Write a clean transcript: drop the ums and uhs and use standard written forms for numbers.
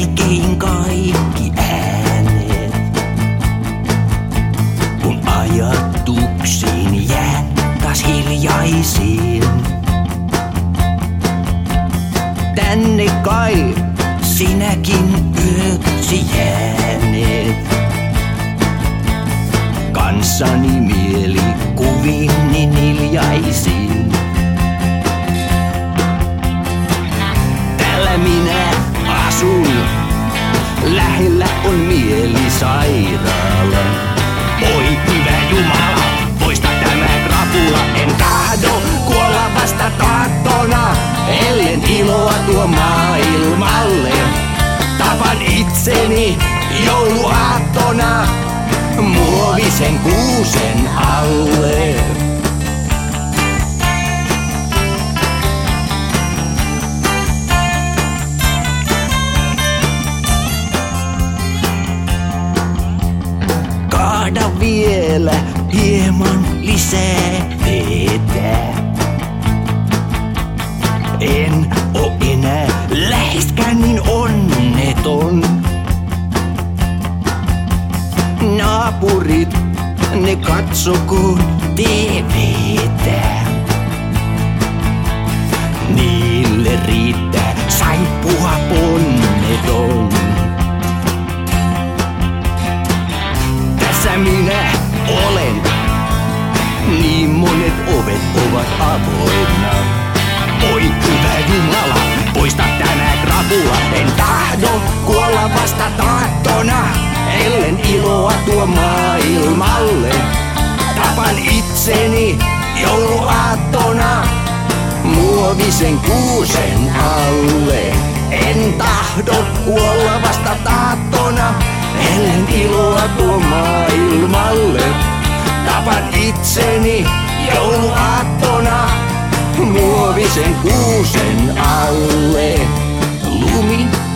melkein kaikki äänet. Kun ajatuksiin jään taas hiljaisiin. Tänne kai sinäkin yöksi jääneet. Kanssani mielikuviin niin hiljaisin. Täällä minä asun, lähellä on mielisairaala. Oi hyvä Jumala, poista tämä krapula. En tahdo kuolla vasta tahtona, ellen iloa tuo maailmalle. Tapan itseni jouluaattona muovisen kuusen alle. Kaada vielä hieman lisää vettä. En oo enää läheskään niin onneton. Naapurit, ne katsokoon TV:tä. Niille riittää saippua ponneton. Tässä minä olen, niin monet ovet ovat avoinna. Oi hyvä Jumala, poista tämä krapula. En tahdo kuolla vasta tahtona, ellen iloa tuo maailmalle. Tapan itseni jouluaattona muovisen kuusen alle. En tahdo kuolla vasta tahtona, ellen iloa tuo maailmalle. Tapan itseni jouluaattona muovisen kuusen alle. Lumi